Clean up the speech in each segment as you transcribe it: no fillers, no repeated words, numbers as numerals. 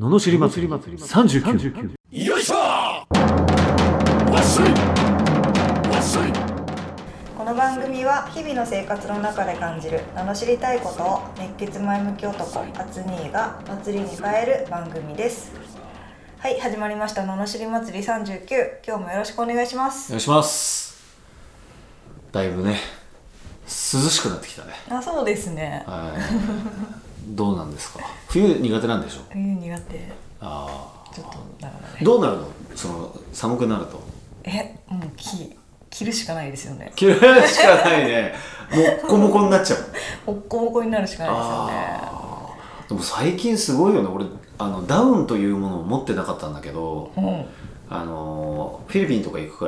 ののしり祭り39。 よいしょわっしょいわっしょい。 この番組は日々の生活の中で感じる名の知りたいことを熱血前向き男アツニーが祭りに変える番組です。はい、始まりましたののしり祭り39。今日もよろしくお願いします。 お願いします。だいぶね涼しくなってきたね。 あ、そうですね。 どうなんですか。冬苦手なんでしょ。 冬苦手。ちょっとなるほどね。 どうなるの、その寒くなると。 もう着るしかないですよね。 着るしかないね。もっこもこになっちゃう。 もっこもこになるしかないですよね。 でも最近すごいよね。俺ダウンというものを持ってなかったんだけど、フィリピンとか行くから、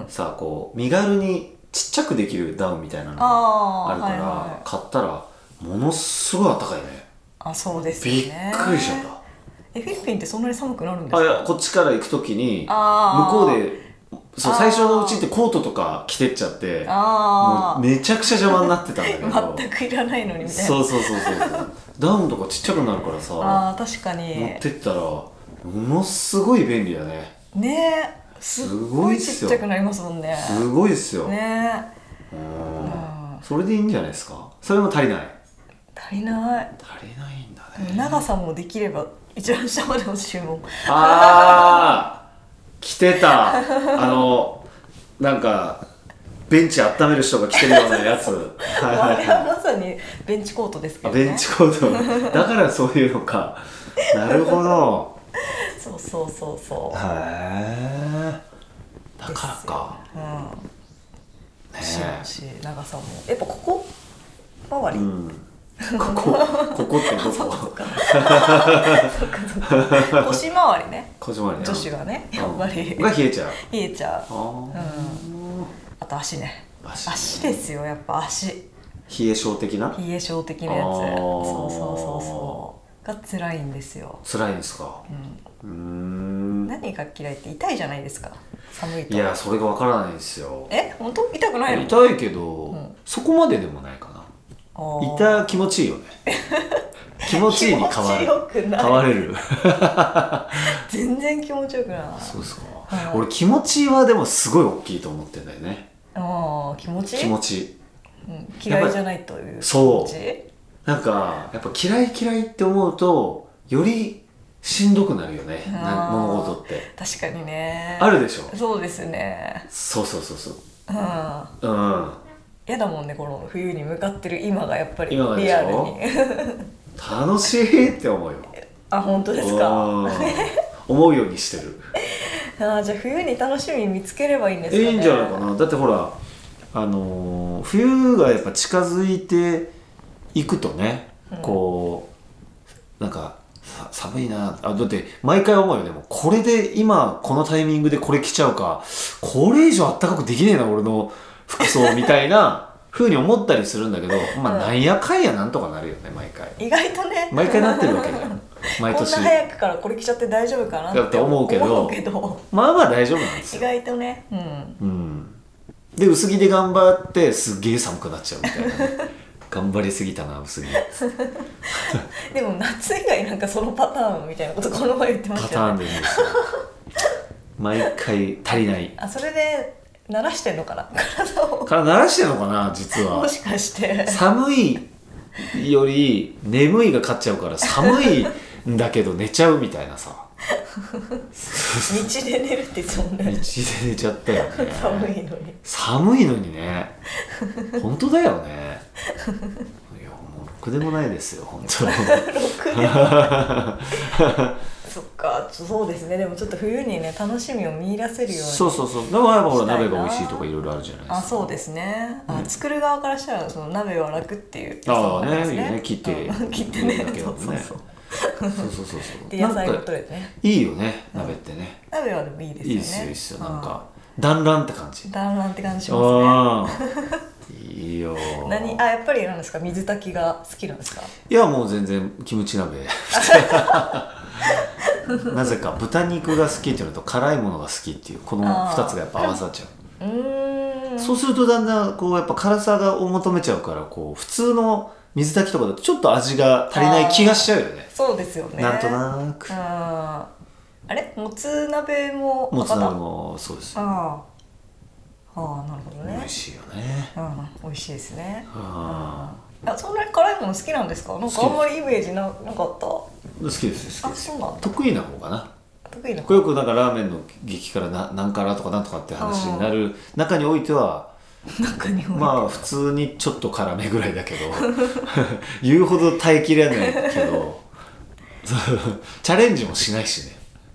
さ、こう身軽にちっちゃくできるダウンみたいなのがあるから、買ったらものすごい暖かいね。 あ、そうですね。 びっくりしちゃった。 フィリピンってそんなに寒くなるんですか。 いや、こっちから行くときに向こうで最初のうちってコートとか着てっちゃって、もうめちゃくちゃ邪魔になってたんだけど全くいらないのにみたいな。 そうダウンとかちっちゃくなるからさ、 確かに持ってったらものすごい便利だね。 ねえ、すごいちっちゃくなりますもんね。 すごいですよね。 それでいいんじゃないですか。それも足りないんだね。 長さもできれば一番下までの注文。 着てたなんかベンチ温める人が着てるようなやつあれはまさにベンチコートですけどね。 ベンチコートだからそういうのか。なるほど。 そうへえ、だからか。 長さもやっぱここ周り、 ここってどこ。 腰回りね。 腰回りね。 女子がね、やっぱりが冷えちゃう。 あと足ね。足ですよ、やっぱ足。 冷え性的なやつ。 そうが辛いんですよ。 辛いんですか。 何が嫌いって、痛いじゃないですか、寒いと。 いや、それがわからないんですよ。 本当？痛くないの？ 痛いけど、そこまででもないかな。痛気持ちいいよね。気持ちいいに変われる。 全然気持ちよくない。 そうですか。俺気持ちはでもすごい大きいと思ってんだよね。 気持ち、嫌いじゃないという気持ち。 そうなんかやっぱ嫌いって思うとよりしんどくなるよね、物事って。確かにね。 あるでしょ。 そうですね。 そうやだもんね、この冬に向かってる今がやっぱりリアルに楽しいって思うよ。 本当ですか。 思うようにしてる。 じゃあ冬に楽しみ見つければいいんですかね。 いいんじゃないかな。だってほら冬がやっぱ近づいていくとね、こうなんか寒いな。だって毎回思うよね。もうこれで今このタイミングでこれ着ちゃうか、これ以上あったかくできねえな俺の服装みたいな風に思ったりするんだけど、なんやかんやなんとかなるよね、毎回。 意外とね、 毎回なってるわけじゃん。毎年こんな早くからこれ着ちゃって大丈夫かなって思うけどまあ大丈夫なんですよ。 意外とね。 で薄着で頑張ってすっげえ寒くなっちゃうみたいな、ね。頑張りすぎたな薄着。 でも夏以外なんかそのパターンみたいなことこの前言ってましたよね。 パターンでいいですよ。毎回足りない。 それで慣らしてんのかな、 慣らしてんのかな、実は。 もしかして寒いより眠いが勝っちゃうから寒いんだけど寝ちゃうみたいなさ。 道で寝るって言ってたもんね。 道で寝ちゃったよね。寒いのにね。本当だよね。いやもうろくでもないですよ本当に。 そっか、そうですね。でもちょっと冬にね、楽しみを見出せるように。 そうでもやっぱほら鍋が美味しいとかいろいろあるじゃないですか。そうですね。 作る側からしたらその鍋は楽っていう。いいね、切ってね。で野菜も取れてね。いいよね、鍋ってね。 鍋はでもいいですよね。 いいですよ。なんか団らんって感じ。 しますね。 いいよ。 やっぱりなんですか、水炊きが好きなんですか。 いやもう全然キムチ鍋。なぜか豚肉が好きっていうのと辛いものが好きっていう、この2つがやっぱ合わさっちゃう。そうするとだんだんこうやっぱ辛さを求めちゃうから、こう普通の水炊きとかだとちょっと味が足りない気がしちゃうよね。 そうですよね。 なんとなく。 あれもつ鍋ももつ鍋もそうです。 ああ、なるほどね。 美味しいよね。 美味しいですね。 そんなに辛いもの好きなんですか？なんかあんまりイメージなかった。 好きです好きです。 そうなんだ。 得意な方かな。 得意な方。よくなんかラーメンの激辛なんからとかなんとかって話になる中においては、まあ普通にちょっと辛めぐらいだけど言うほど耐えきれないけどチャレンジもしないしね。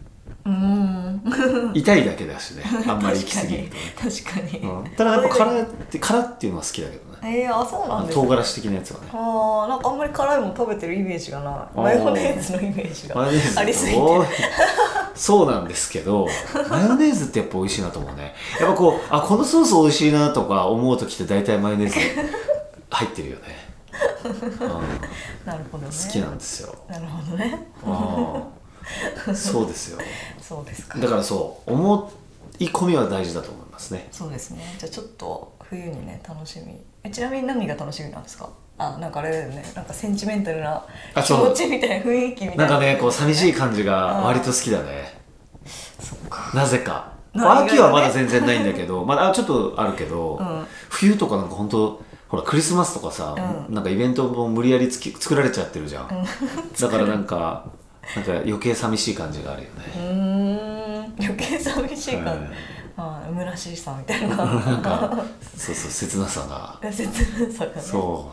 痛いだけだしね、あんまり行き過ぎるとね。 確かに、 ただやっぱ辛っていうのは好きだけどね。 そうなんですね。 唐辛子的なやつはね。 なんかあんまり辛いもの食べてるイメージがない。マヨネーズのイメージがありすぎてそうなんですけど、マヨネーズってやっぱ美味しいなと思うね。やっぱこのソース美味しいなとか思う時って大体マヨネーズ入ってるよね。 なるほどね。 好きなんですよ。 なるほどね。 そうですよ。 そうですか。 だから思い込みは大事だと思いますね。 そうですね。じゃあちょっと冬にね楽しみ。ちなみに何が楽しみなんですか？なんかあれだよね。なんかセンチメンタルな気持ちみたいな雰囲気みたいな。 なんかね寂しい感じが割と好きだね。 そっか。 なぜか。秋はまだ全然ないんだけど、まだちょっとあるけど、冬とかなんか本当ほらクリスマスとかさ、なんかイベントも無理やり作られちゃってるじゃん。だからなんか余計寂しい感じがあるよね。 余計寂しい感じ。むなしさみたいな。 なんかそう切なさが。 切なさがね。 そう。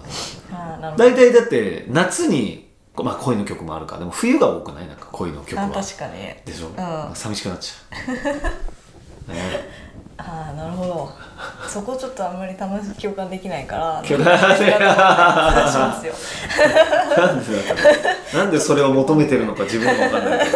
大体だって夏に恋の曲もあるか、でも冬が多くない？なんか恋の曲は。 確かに。 でしょ。寂しくなっちゃう。 なるほど。そこちょっとあんまり共感できないから共感しますよ。なんでそれを求めてるのか自分も分かんない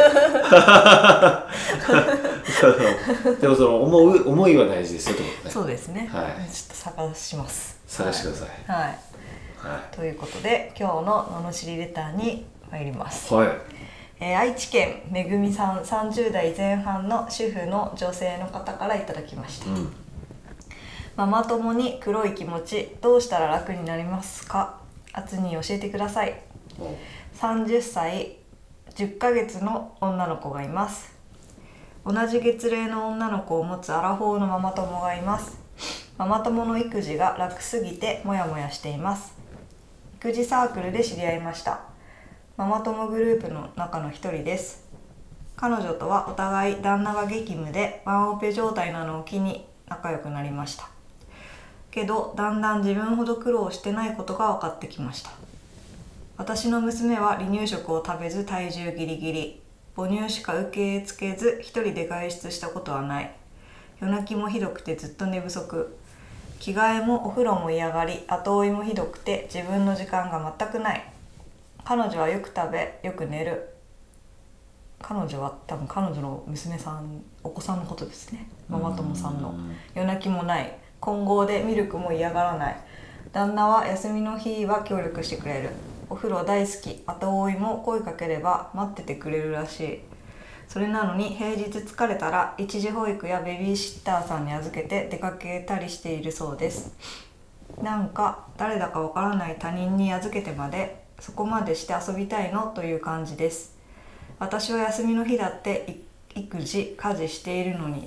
けどでもその思いは大事ですよってことね。 そうですね。 はい、 ちょっと探します。 探してください。 はい。ということで今日の罵りレターに参ります。 はい。 愛知県めぐみさん、30代前半の主婦の女性の方からいただきました。ママ友に黒い気持ちどうしたら楽になりますか？あつに教えてください。30歳10ヶ月の女の子がいます。同じ月齢の女の子を持つアラフォーのママ友がいます。ママ友の育児が楽すぎてモヤモヤしています。育児サークルで知り合いました。ママ友グループの中の一人です。彼女とはお互い旦那が激務でワンオペ状態なのを機に仲良くなりました。けどだんだん自分ほど苦労してないことが分かってきました。私の娘は離乳食を食べず体重ギリギリ、母乳しか受け付けず一人で外出したことはない。夜泣きもひどくてずっと寝不足、着替えもお風呂も嫌がり、後追いもひどくて自分の時間が全くない。彼女はよく食べよく寝る。彼女は多分彼女の娘さん、お子さんのことですね。ママ友さんの。夜泣きもない、混合でミルクも嫌がらない。旦那は休みの日は協力してくれる。お風呂大好き、後追いも声かければ待っててくれるらしい。それなのに平日疲れたら一時保育やベビーシッターさんに預けて出かけたりしているそうです。なんか誰だかわからない他人に預けてまでそこまでして遊びたいのという感じです。私は休みの日だって育児家事しているのに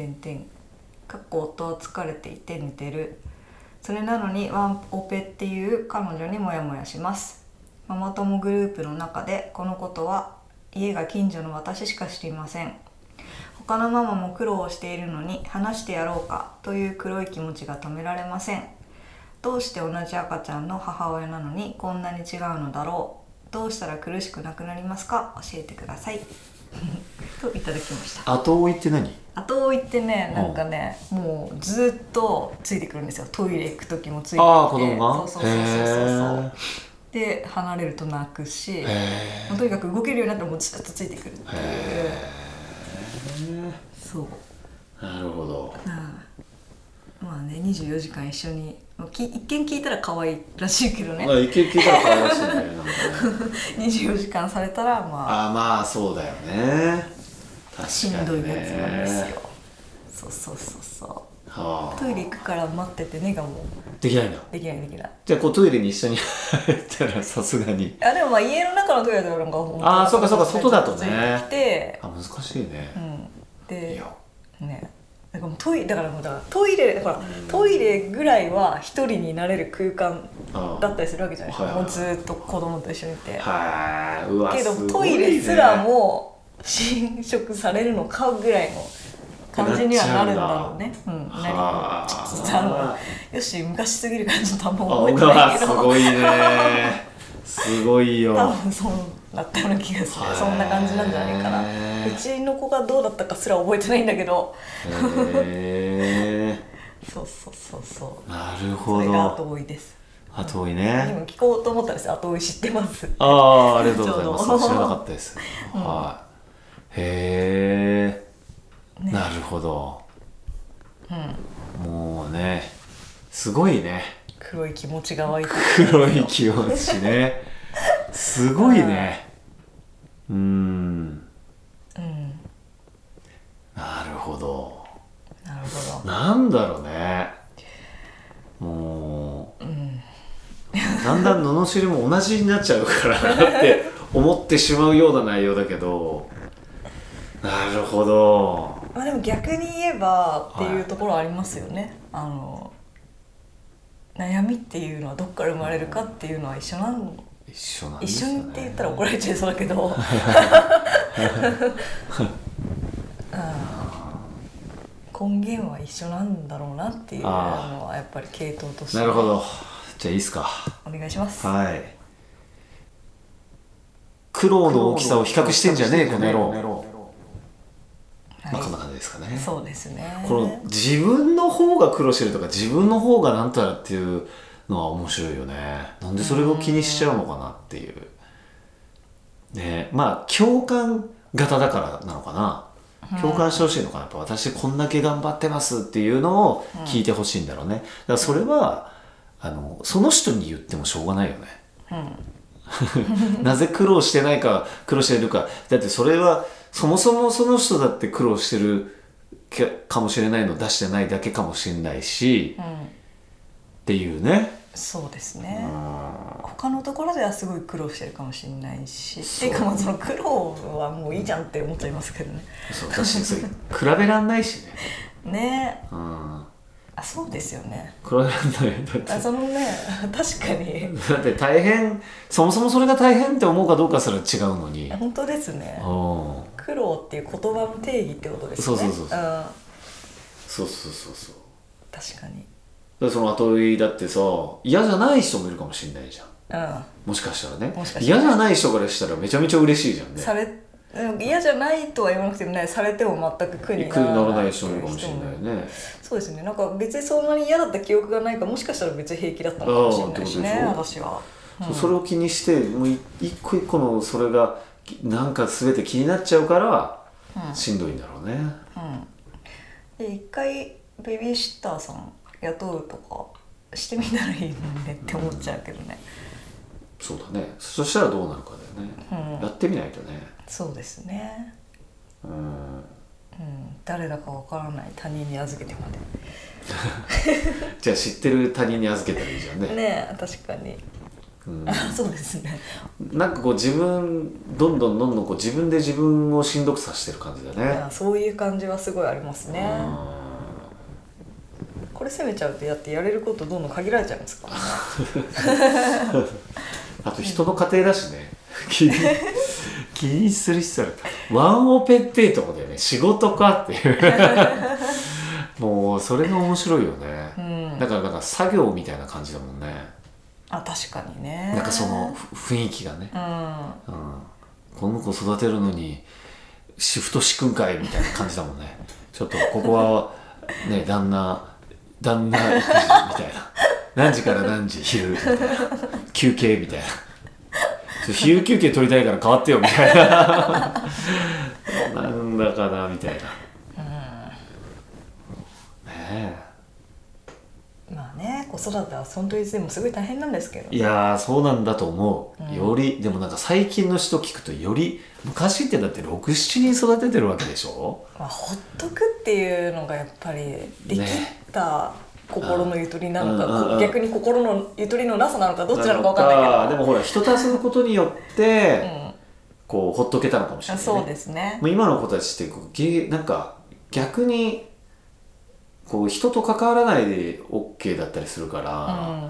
夫は疲れていて寝てる。それなのにワンオペっていう彼女にモヤモヤします。ママ友グループの中でこのことは家が近所の私しか知りません。他のママも苦労しているのに話してやろうかという黒い気持ちが止められません。どうして同じ赤ちゃんの母親なのにこんなに違うのだろう。どうしたら苦しくなくなりますか？教えてくださいといただきました。 後追いって何？ 後追いってね、なんかね、もうずっとついてくるんですよ。トイレ行く時もついてきて、 子供が？ そうで離れると泣くし、もうとにかく動けるようになったらもうずっとついてくるっていう。そうなるほど。 まあね、24時間一緒に一見聞いたら可愛いらしいけどね。 一見聞いたら可愛らしいね。なんかね 24時間されたらまあそうだよね。確かにね。 しんどいやつなんですよ。そう。 はあ、 トイレ行くから待っててねがもうできないんだ。 できない。 じゃあこうトイレに一緒に入ったらさすがに。 でもまあ家の中のトイレだとなんかああそうかそうか、外だとね。 ついてきて、 難しいね。 でいやね、だからもうトイレだからトイレトイレぐらいは一人になれる空間だったりするわけじゃないですか。もうずっと子供と一緒にいて。 はい、うわけどすごいね。 トイレすらも侵食されるのかぐらいの感じにはなるんだろうね。ちょっとよし昔すぎる感じとあんま覚えてないけど。 すごいね。すごいよ。 多分そうだったような気がする。そんな感じなんじゃないかな。うちの子がどうだったかすら覚えてないんだけど。そうなるほど。 それが後追いです。 後追いね。 今聞こうと思ったんですよ。後追い知ってます。 ありがとうございます。知らなかったです。はい。へえ、なるほど。もうね、すごいね。 黒い気持ちが湧いてる。 黒い気持ちね。すごいね。なるほど。なんだろうね。もう、だんだん罵りも同じになっちゃうからなって思ってしまうような内容だけど。なるほど。 でも逆に言えばっていうところありますよね。悩みっていうのはどっから生まれるかっていうのは一緒なんですよね。一緒にって言ったら怒られちゃいそうだけど根源は一緒なんだろうなっていうのはやっぱり系統として。 なるほど。じゃあいいですか。 お願いします。 はい。苦労の大きさを比較してんじゃねえこの野郎。こんな感じですかね。 そうですね。 この自分の方が苦労してるとか自分の方がなんたらっていうのは面白いよね。なんでそれを気にしちゃうのかなっていうね。まあ共感型だからなのかな。共感してほしいのかな。やっぱ私こんだけ頑張ってますっていうのを聞いてほしいんだろうね。だからそれはその人に言ってもしょうがないよね。なぜ苦労してないか苦労してるか。だってそれはそもそもその人だって苦労してるかもしれないの出してないだけかもしれないし、っていうね。 そうですね。他のところではすごい苦労してるかもしれないし、っていうかもうその苦労はもういいじゃんって思っちゃいますけどね。 そうだし、それ比べらんないしね。 ね。そうですよね。 比べらんないだって。 そのね、確かに。 だって大変、そもそもそれが大変って思うかどうかすら違うのに。 本当ですね。苦労っていう言葉の定義ってことですね。 そう。 確かに。 その後追いだってさ、嫌じゃない人もいるかもしれないじゃん。もしかしたらね。嫌じゃない人からしたらめちゃめちゃ嬉しいじゃんね。 嫌じゃないとは言わなくてもね、されても全く苦にならない人もいるかもしれないね。 そうですね。なんか別にそんなに嫌だった記憶がないから、もしかしたら別に平気だったのかもしれないしね、私は。 それを気にしてもう一個一個のそれがなんか全て気になっちゃうからしんどいんだろうね。 で一回ベビーシッターさん雇うとかしてみたらいいのにねって思っちゃうけどね。 そうだね。そしたらどうなるかだよね。やってみないとね。 そうですね。誰だかわからない他人に預けてまでじゃあ知ってる他人に預けたらいいじゃんね。 ねえ、確かに。そうですね。 なんかこう自分どんどんこう自分で自分をしんどくさせてる感じだね。 いや、そういう感じはすごいありますね。これ責めちゃうとやってやれることどんどん限られちゃいますからね。 あと人の家庭だしね。気にする必要ある。ワンオペっていうところでね、仕事かっていうもうそれが面白いよね。だからなんか作業みたいな感じだもんね。 確かにね。 なんかその雰囲気がね、この子育てるのにシフト敷くんかいみたいな感じだもんね。ちょっとここはね、旦那育児みたいな、何時から何時昼みたいな、休憩みたいな、昼休憩取りたいから変わってよみたいななんだかなみたいな、ねえ。 まあね、子子育ては本当にでもすごい大変なんですけど、 いやーそうなんだと思う、 うんよりでもなんか最近の人聞くとより昔ってだって 6,7 人育ててるわけでしょ。 まあ、ほっとくっていうのがやっぱりできた心のゆとりなのか、 うんうん逆に心のゆとりのなさなのかどっちなのか分かんないけど、 でもほら人と遊ぶことによって、 うんこうほっとけたのかもしれないね。 そうですね。 もう今の子たちってこうなんか逆にこう人と関わらないで OK だったりするから、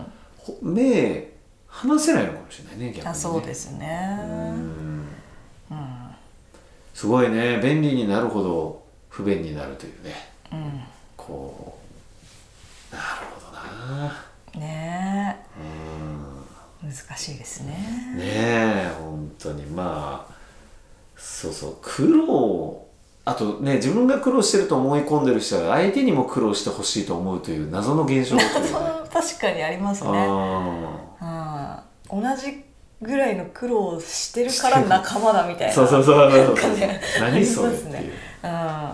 目離せないのかもしれないね、逆にね。 そうですね。 すごいね、便利になるほど不便になるというね、こうなるほどな。 ねえ、難しいですね。 ねえ本当にまあそうそう苦労、あとね自分が苦労してると思い込んでる人は相手にも苦労してほしいと思うという謎の現象が起きるよね。 確かにありますね。同じぐらいの苦労してるから仲間だみたいな。 そうそうそうなんかね、 何それっていう、 あ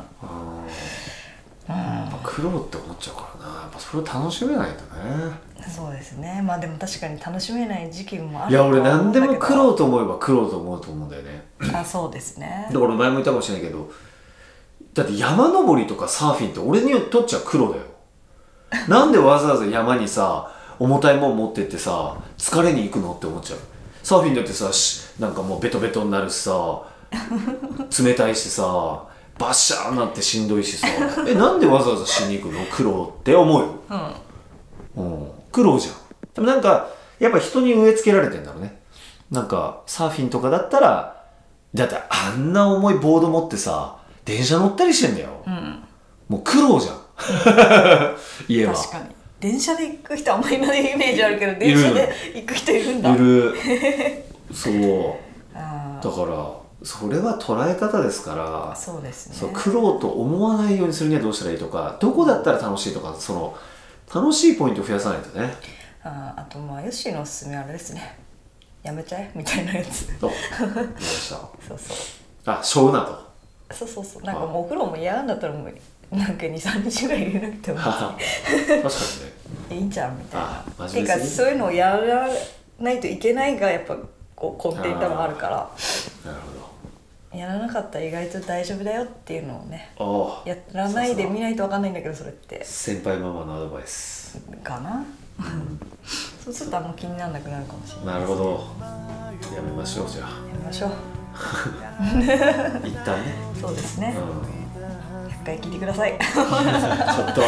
苦労って思っちゃうからな。やっぱそれを楽しめないとね。 そうですね。まあでも確かに楽しめない時期もあるいや俺何でも苦苦労と思えば苦労と思うと思うんだよね。 そうですね。 だから前も言ったかもしれないけど、だって山登りとかサーフィンって俺にとっちゃ苦労だよ。なんでわざわざ山にさ重たいもん持ってってさ疲れに行くのって思っちゃう。サーフィンだってさなんかもうベトベトになるしさ冷たいしさバッシャーなってしんどいしさなんでわざわざしに行くの苦労って思うよ、苦労じゃん。でもなんかやっぱ人に植え付けられてんだろうね。なんかサーフィンとかだったらだってあんな重いボード持ってさ電車乗ったりしてんだよ、もう苦労じゃん言えば。 確かに電車で行く人あんまりいないイメージあるけど電車で行く人いるんだ。 いるそうだからそれは捉え方ですから。 そうですね。 そう苦労と思わないようにするにはどうしたらいいとか、どこだったら楽しいとか、その楽しいポイントを増やさないとね。 あとまあヨッシーのおすすめはあれですね、やめちゃえみたいなやつ。 どうどうしたそうそうあ、しょうなと。 そうなんかもうお風呂も嫌なんだったらもうなんか 2,3 日ぐらい入れなくても確かにねいいんじゃんみたいな。 真ていうか面目すぎそういうのをやらないといけないがやっぱこう根底に多分あるから、 なるやらなかったら意外と大丈夫だよっていうのをね、 ほど。 やらないで見ないと分かんないんだけど、それって先輩ママのアドバイスかなそうするとあんま気にならなくなるかもしれない。 なるほど、やめましょう。じゃあやめましょう一旦ね、 そうですね、100回聞いてくださいちょっと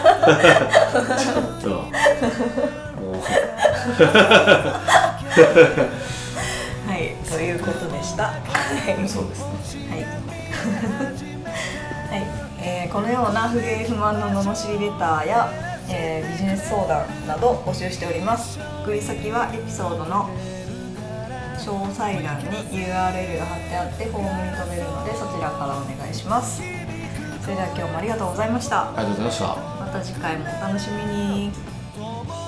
ちょっともうはいということでしたそうですね。 はいはい、このような不平不満の罵りレターや、ビジネス相談など募集しております。送り先はエピソードの詳細欄に URL が貼ってあってフォームに飛べるのでそちらからお願いします。それでは今日もありがとうございました。 ありがとうございました。 また次回もお楽しみに。